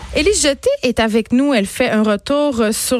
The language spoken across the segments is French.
Élise Jeté est avec nous. Elle fait un retour sur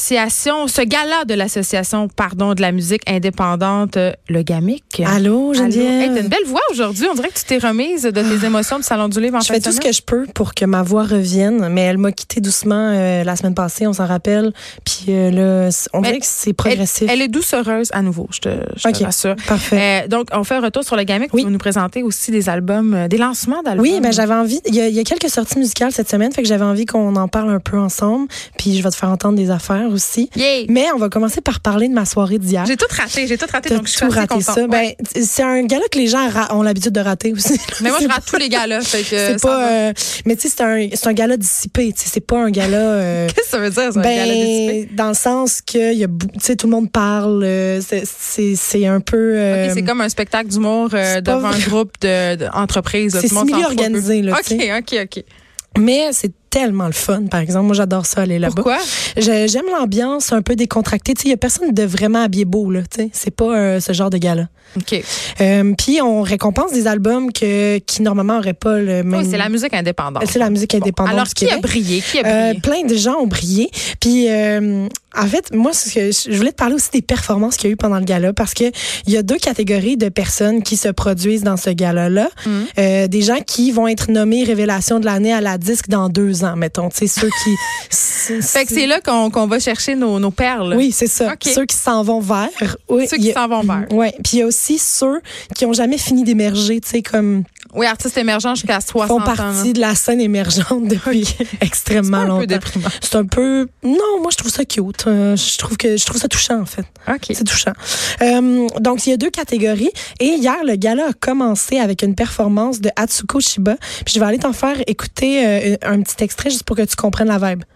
ce gala de l'association, de la musique indépendante, le GAMIC. Allô, Geneviève. Hey, t'as une belle voix aujourd'hui. On dirait que tu t'es remise de tes émotions du Salon du Livre en fin de semaine. Je fais tout ce que je peux pour que ma voix revienne, mais elle m'a quitté doucement la semaine passée, on s'en rappelle. Puis là, on dirait que c'est progressif. Elle est doucereuse à nouveau, je te rassure. Parfait. Donc, on fait un retour sur le GAMIC. Oui. Tu vas nous présenter aussi des albums, des lancements d'albums. Oui, ben j'avais envie. Il y a quelques sorties musicales cette semaine, fait que j'avais envie qu'on en parle un peu ensemble. Puis je vais te faire entendre des affaires aussi. Yay. Mais on va commencer par parler de ma soirée d'hier. J'ai tout raté. Donc je suis tout assez raté contente. ça. Ouais. Ben c'est un gala que les gens ont l'habitude de rater aussi. Mais moi je rate tous les galas. C'est pas. Mais tu sais, c'est un gala dissipé. Tu sais, c'est pas un gala. Qu'est-ce que ça veut dire, ça, un gala dissipé? Dans le sens que il y a, tu sais, tout le monde parle. C'est un peu. Okay, c'est comme un spectacle d'humour devant un groupe d'entreprises. C'est semi-organisé là. OK. Mais c'est tellement le fun, par exemple. Moi, j'adore ça, aller là-bas. Pourquoi? J'aime l'ambiance un peu décontractée. Tu sais, il y a personne de vraiment habillé beau, là. Tu sais, c'est pas ce genre de gala. OK. Puis, on récompense des albums qui, normalement, n'auraient pas le même... Oui, c'est la musique indépendante. C'est la musique indépendante. Alors, qui a brillé? Plein de gens ont brillé. Puis, en fait, moi, je voulais te parler aussi des performances qu'il y a eu pendant le gala, parce que il y a deux catégories de personnes qui se produisent dans ce gala-là. Des gens qui vont être nommés Révélation de l'année à la disque dans 2 ans, mettons. Tu sais, ceux qui... Fait que c'est là qu'on va chercher nos perles. Oui, c'est ça. Okay. Ceux qui s'en vont vers. Oui, ceux qui s'en vont vers. Oui. Puis il y a aussi ceux qui ont jamais fini d'émerger, tu sais, comme... Oui, artistes émergents jusqu'à 60 ans. Font partie de la scène émergente depuis extrêmement longtemps. C'est un peu déprimant. C'est un peu... Non, moi, je trouve ça cute. Je trouve ça touchant, en fait. OK. C'est touchant. Donc, il y a 2 catégories. Et hier, le gala a commencé avec une performance de Atsuko Shiba. Puis je vais aller t'en faire écouter un petit extrait juste pour que tu comprennes la vibe.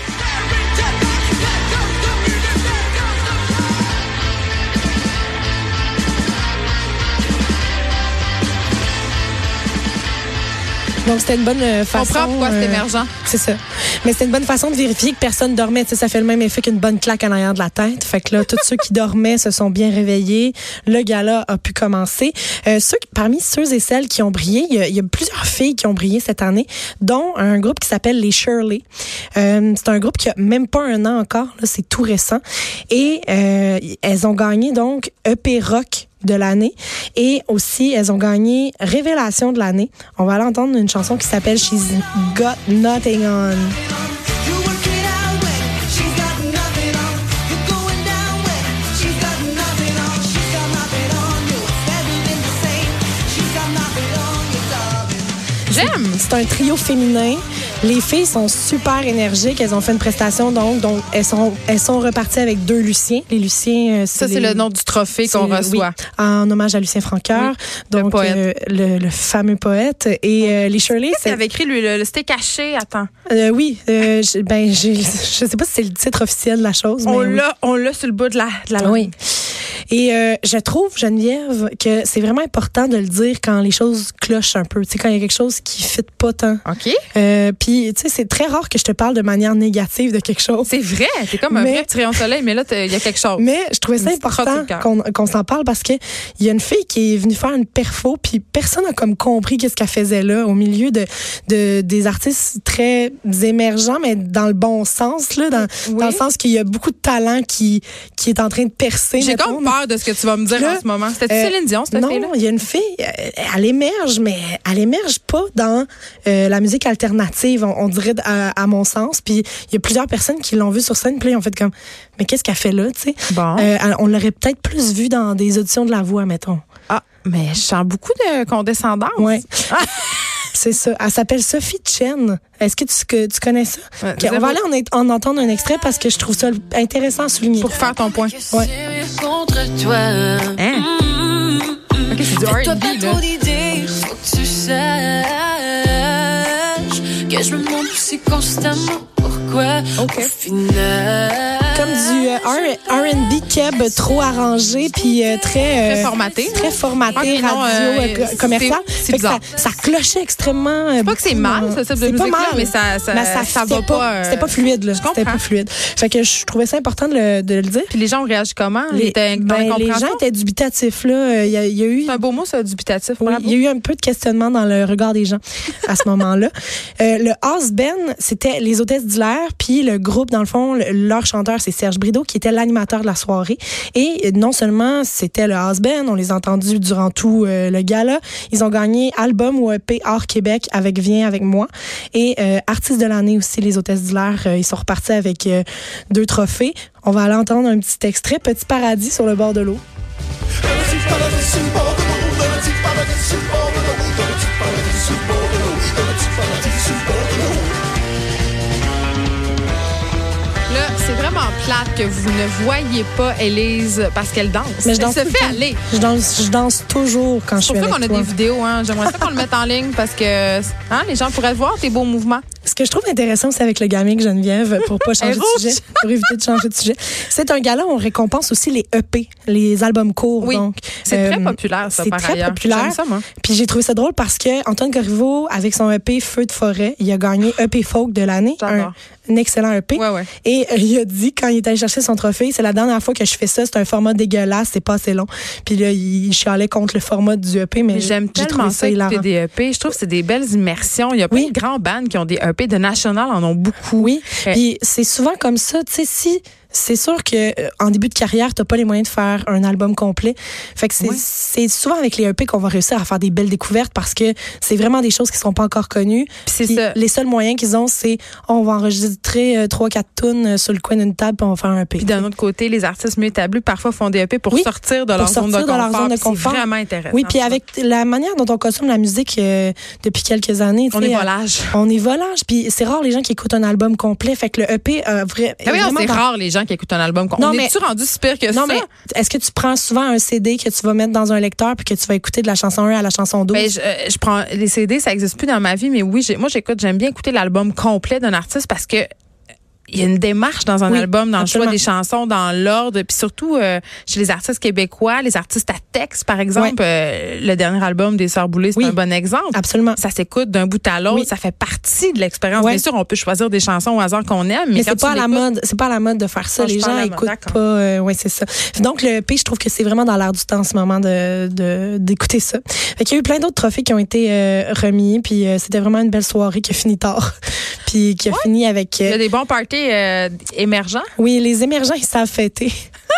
Donc, c'était une bonne façon... On comprend pourquoi c'est émergent. C'est ça. Mais c'était une bonne façon de vérifier que personne dormait. Tu sais, ça fait le même effet qu'une bonne claque en arrière de la tête. Fait que là, tous ceux qui dormaient se sont bien réveillés. Le gala a pu commencer. Parmi ceux et celles qui ont brillé, il y a plusieurs filles qui ont brillé cette année, dont un groupe qui s'appelle les Shirley. C'est un groupe qui a même pas 1 an encore. Là, c'est tout récent. Et elles ont gagné donc EP Rock de l'année, et aussi elles ont gagné Révélation de l'année. On va aller entendre une chanson qui s'appelle She's Got Nothing On. J'aime! C'est un trio féminin. Les filles sont super énergiques. Elles ont fait une prestation, donc elles sont reparties avec 2 Luciens. Les Luciens, c'est le nom du trophée qu'on reçoit. Oui, en hommage à Lucien Francoeur, donc le fameux poète. Et les Shirley, c'est avait écrit lui, le C'était caché. Attends. Oui, je sais pas si c'est le titre officiel de la chose. On l'a sur le bout de la langue. Oui. Et je trouve, Geneviève, que c'est vraiment important de le dire quand les choses clochent un peu. Tu sais, quand il y a quelque chose qui ne fit pas tant. OK. Puis, tu sais, c'est très rare que je te parle de manière négative de quelque chose. C'est vrai. T'es comme un vrai petit rayon de soleil, mais là, il y a quelque chose. Mais je trouvais ça important qu'on s'en parle, parce que il y a une fille qui est venue faire une perfo, puis personne n'a comme compris qu'est-ce qu'elle faisait là, au milieu des artistes très émergents, mais dans le bon sens, là, dans le sens qu'il y a beaucoup de talent qui est en train de percer. J'ai comme peur de ce que tu vas me dire là, en ce moment. C'était Céline Dion, cette fille-là? Non, il y a une fille, elle émerge, mais elle émerge pas dans la musique alternative, on dirait, à mon sens. Puis il y a plusieurs personnes qui l'ont vue sur scène, puis ils ont fait comme, mais qu'est-ce qu'elle fait là, tu sais? Bon. On l'aurait peut-être plus vue dans des auditions de La Voix, mettons. Ah, mais je sens beaucoup de condescendance. Oui. C'est ça. Elle s'appelle Sophie Chen. Est-ce que tu connais ça? Ouais, okay, on va aller en entendre un extrait parce que je trouve ça intéressant à souligner. Pour faire ton point. Ouais. Hein? OK, c'est du R&B, là. Faut que tu saches que je me demande aussi constamment pourquoi, au final, comme du R&B keb trop arrangé puis très formaté. Très formaté, Ok, non, radio commercial. c'est Fait que bizarre. ça clochait extrêmement. C'est pas que c'est mal, ce type de C'est pas musique-là, mal, mais ça va pas. C'était pas fluide, là. C'était comprends. pas fluide. Fait que je trouvais ça important de le dire. Puis les gens ont réagi comment? Ils étaient dans la Les compréhension? gens étaient dubitatifs, là. Il y a eu. C'est un beau mot, ça, dubitatif. Oui, Bravo. il y a eu un peu de questionnement dans le regard des gens à ce moment-là. Le house band, c'était les Hôtesses d'Hilaire, puis le groupe, dans le fond, leur chanteur, c'est Serge Brideau, qui était l'animateur de la soirée. Et non seulement c'était le house band, on les a entendus durant tout le gala, ils ont gagné album ou EP hors Québec avec Viens avec moi. Et artiste de l'année aussi, les Hôtesses d'Hilaire, ils sont repartis avec 2 trophées. On va aller entendre un petit extrait, Petit paradis sur le bord de l'eau. Là, c'est vraiment plate que vous ne voyez pas Élise parce qu'elle danse. Mais je danse Elle se tout le fait temps. aller. Je danse toujours quand je C'est suis pour ça avec qu'on a toi. des vidéos. Hein. J'aimerais ça qu'on le mette en ligne parce que les gens pourraient voir tes beaux mouvements. Ce que je trouve intéressant aussi avec le Gamic Geneviève, pour pas changer Elle de rouge. sujet, pour éviter de changer de sujet, c'est un gala où on récompense aussi les EP, les albums courts. Oui, donc c'est très populaire, ça, c'est par très ailleurs. populaire. J'aime ça, moi. Puis j'ai trouvé ça drôle parce que Antoine Corriveau, avec son EP Feu de forêt, il a gagné EP folk de l'année, J'adore. un excellent EP. Ouais. Et il a dit quand il est allé chercher son trophée, c'est la dernière fois que je fais ça, c'est un format dégueulasse, c'est pas assez long. Puis là, il chialait contre le format du EP, mais J'aime j'ai tellement trouvé ça écouter hilarant. des EP. Je trouve que c'est des belles immersions. Il y a plein Oui. de grands bands qui ont des EP. De National en ont beaucoup. Oui, Euh, puis c'est souvent comme ça, tu sais, si c'est sûr que en début de carrière, t'as pas les moyens de faire un album complet. Fait que Oui. c'est souvent avec les EP qu'on va réussir à faire des belles découvertes parce que c'est vraiment des choses qui sont pas encore connues. c'est Puis ça. les seuls moyens qu'ils ont, c'est on va enregistrer 3-4 tunes sur le coin d'une table puis on va faire un EP. Puis d'un autre côté, les artistes mieux établis parfois font des EP pour Oui, sortir de pour leur zone de sortir de leur confort. zone de Puis confort. C'est vraiment intéressant. Oui, puis ça. avec la manière dont on consomme la musique depuis quelques années, tu On sais, est volage. on est volage, puis c'est rare les gens qui écoutent un album complet. Fait que le EP vraiment C'est dans- rare les gens qui écoutent un album. Non, On mais- est-tu rendu si pire que Non, ça? mais est-ce que tu prends souvent un CD que tu vas mettre dans un lecteur puis que tu vas écouter de la chanson 1 à la chanson 12? Ben, je prends les CD, ça existe plus dans ma vie, mais oui, j'aime bien écouter l'album complet d'un artiste parce que il y a une démarche dans un Oui, album, dans absolument. le choix des chansons, dans l'ordre, puis surtout chez les artistes québécois, les artistes à texte, par exemple, le dernier album des Sœurs Boulay, c'est Oui. un bon exemple. Absolument. Ça s'écoute d'un bout à l'autre, Oui. ça fait partie de l'expérience. Ouais. Bien sûr, on peut choisir des chansons au hasard qu'on aime, Mais quand c'est pas à tu la l'écoutes- mode, c'est pas à la mode de faire ça. Non, je Les suis pas à gens la mode, écoutent d'accord. pas. Ouais, c'est ça. Donc le EP, je trouve que c'est vraiment dans l'air du temps en ce moment d'écouter ça. Fait qu'il y a eu plein d'autres trophées qui ont été remis, puis c'était vraiment une belle soirée qui a fini tard, puis qui a fini avec. Il y a des bons parties émergents. Oui, les émergents, ils savent fêter.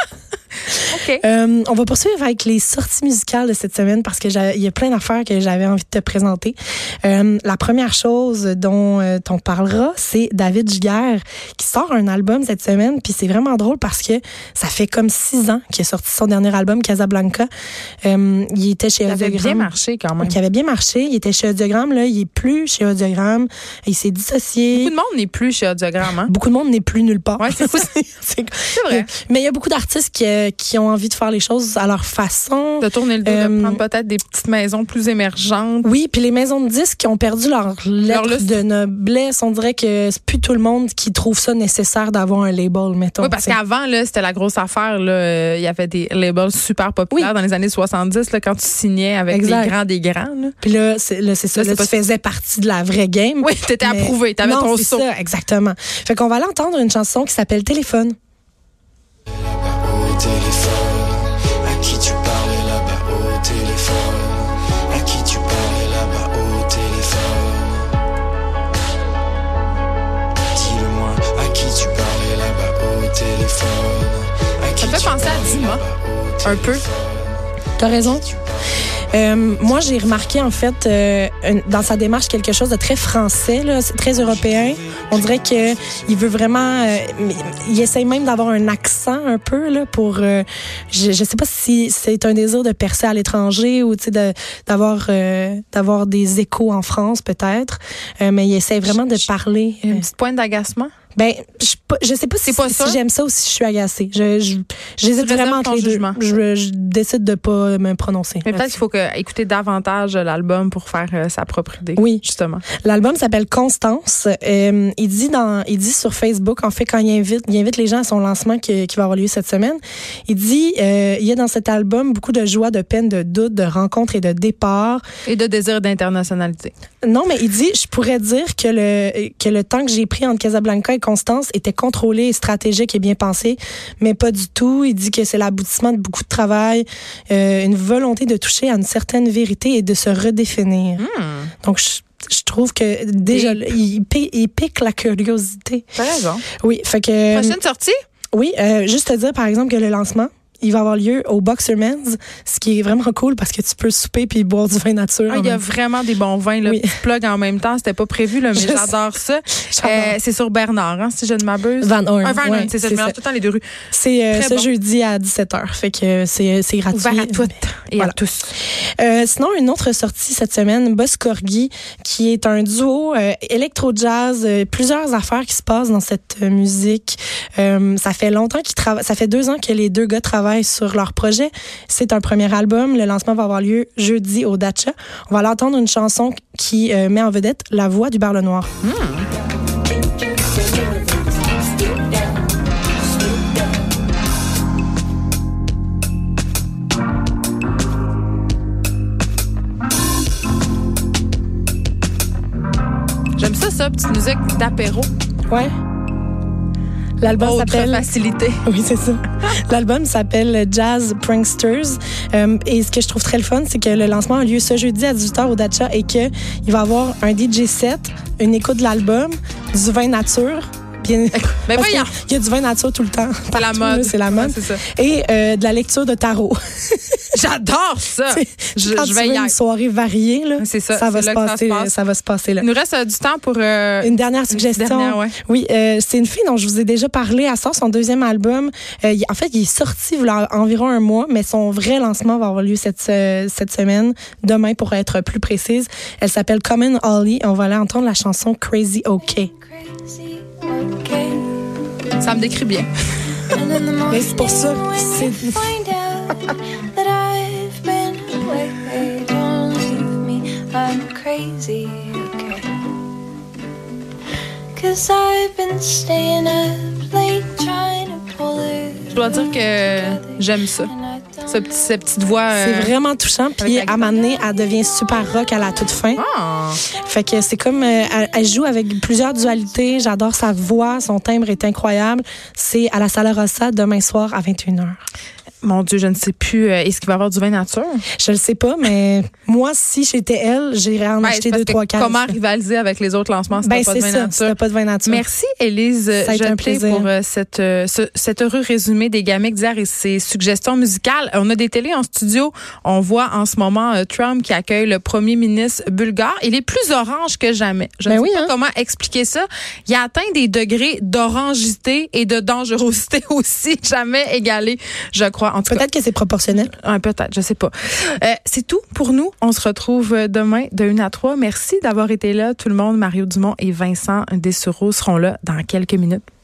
OK. On va poursuivre avec les sorties musicales de cette semaine parce que il y a plein d'affaires que j'avais envie de te présenter. La première chose dont on parlera, c'est David Giguère qui sort un album cette semaine. Puis c'est vraiment drôle parce que ça fait comme 6 ans qu'il a sorti son dernier album, Casablanca. Il était chez Ça avait Audiogramme. bien marché quand même. Qui avait bien marché. Il était chez Audiogramme. Là, il est plus chez Audiogramme. Il s'est dissocié. Beaucoup de monde n'est plus chez Audiogramme, hein? Beaucoup de monde n'est plus nulle part. Ouais, c'est ça. C'est vrai. Mais il y a beaucoup d'artistes qui ont envie de faire les choses à leur façon. De tourner le dos, de prendre peut-être des petites maisons plus émergentes. Oui, puis les maisons de disques qui ont perdu leur lettre lustre. de noblesse, on dirait que c'est plus tout le monde qui trouve ça nécessaire d'avoir un label, mettons. Oui, parce t'sais. qu'avant, là, c'était la grosse affaire. Là. Il y avait des labels super populaires Oui. dans les années 70, là, quand tu signais avec Exact. les grands des grands. Là. Puis là, c'est ça. Là, Là, c'est tu pas- faisais partie de la vraie game. Oui, t'étais Mais- approuvé, t'avais non, ton c'est saut. ça, exactement. Fait qu'on va aller entendre une chanson qui s'appelle Téléphone. Au téléphone, à qui tu parlais là-bas au téléphone, à qui tu parlais là-bas au téléphone. Dis-le-moi, à qui tu parlais là-bas au téléphone, à qui Ça me fait tu penser à parlais Dumas, là-bas au un peu. téléphone. T'as raison. Moi, j'ai remarqué, en fait, dans sa démarche, quelque chose de très français, là, c'est très européen. On dirait que il veut vraiment... il essaie même d'avoir un accent un peu, là, pour... je sais pas si c'est un désir de percer à l'étranger ou, tu sais, d'avoir des échos en France, peut-être. Mais il essaie vraiment de parler. Une petite pointe d'agacement. Ben, je sais pas C'est pas sûr? si j'aime ça ou si je suis agacée. J'hésite vraiment entre les deux. Jugement. Je décide de pas me prononcer. Mais peut-être qu'il faut écouter davantage l'album pour faire sa propre idée. Oui. Justement. L'album L'album s'appelle Constance. Il dit sur Facebook, en fait, quand il invite les gens à son lancement qui va avoir lieu cette semaine, il dit, il y a dans cet album beaucoup de joie, de peine, de doute, de rencontres et de départs. Et de désir d'internationalité. Non, mais il dit, je pourrais dire que le temps que j'ai pris entre Casablanca et Constance était contrôlé, stratégique et bien pensé, mais pas du tout. Il dit que c'est l'aboutissement de beaucoup de travail, une volonté de toucher à une certaine vérité et de se redéfinir. Donc, je trouve que déjà, il pique la curiosité. T'as raison. Oui, fait que... Prochaine sortie? Oui, juste te dire, par exemple, que le lancement, il va avoir lieu au Boxerman's, ce qui est vraiment cool parce que tu peux souper puis boire du vin nature. Il y a vraiment des bons vins. Oui. Petit plug en même temps. C'était pas prévu, là, mais j'adore ça. C'est sur Bernard, si je ne m'abuse. Van Horn. Van Horn, Ouais, c'est ça. Je mélange tout le temps les deux rues. C'est ce bon. jeudi à 17h. Fait que c'est gratuit. Ouvert à toutes et Voilà. à tous. Sinon, une autre sortie cette semaine, Boss Corgi, qui est un duo électro-jazz, plusieurs affaires qui se passent dans cette musique. Ça fait longtemps qu'ils travaillent. Ça fait 2 ans que les deux gars travaillent sur leur projet. C'est un premier album. Le lancement va avoir lieu jeudi au Dacha. On va aller entendre une chanson qui met en vedette la voix du Bar Le Noir. J'aime ça, petite musique d'apéro. Ouais. L'album Autre s'appelle... facilité. Oui, c'est ça. L'album s'appelle Jazz Pranksters. Et ce que je trouve très le fun, c'est que le lancement a lieu ce jeudi à 18h au Dacha et qu'il va y avoir un DJ set, une écoute de l'album, du vin nature. Bien, Mais voyons. il y a du vin nature tout le temps. C'est la mode. C'est la mode. Ouais, c'est ça. Et de la lecture de tarot. J'adore ça. Quand Je tu vais veux y une aller. soirée variée, là, C'est ça. ça va C'est se là que passer. ça se passe. Ça va se passer là. Il nous reste du temps pour... Une dernière suggestion. dernière, ouais. Oui, c'est une fille dont je vous ai déjà parlé. Elle sort son 2e album. En fait, il est sorti il y a environ un mois, mais son vrai lancement va avoir lieu cette semaine, demain pour être plus précise. Elle s'appelle Common Ollie. On va aller entendre la chanson Crazy OK. Ça me décrit bien. Mais c'est pour ça. C'est... Crazy, okay. 'Cause I've been staying up late trying to pull it. Je dois dire que j'aime ça. Cette petite voix. C'est vraiment touchant. Puis à un moment donné, elle devient super rock à la toute fin. Ah. Fait que c'est comme elle joue avec plusieurs dualités. J'adore sa voix, son timbre est incroyable. C'est à la Sala Rossa demain soir à 21h. Mon Dieu, je ne sais plus. Est-ce qu'il va y avoir du vin nature? Je le sais pas, mais moi, si j'étais elle, j'irais en acheter 2, 3, 4. Comment rivaliser avec les autres lancements si t'as pas de vin c'est ça, nature? si t'as pas de vin nature. Merci, Élise Ça a été un Jeanté, plaisir. pour cet heureux résumé des gamiques d'hier et ses suggestions musicales. On a des télés en studio. On voit en ce moment Trump qui accueille le premier ministre bulgare. Il est plus orange que jamais. Je ne sais pas comment expliquer ça. Il a atteint des degrés d'orangité et de dangerosité aussi jamais égalés, je crois. En tout cas, Peut-être que c'est proportionnel. peut-être, je sais pas. C'est tout pour nous. On se retrouve demain de 1 à 3. Merci d'avoir été là, tout le monde. Mario Dumont et Vincent Dessureau seront là dans quelques minutes.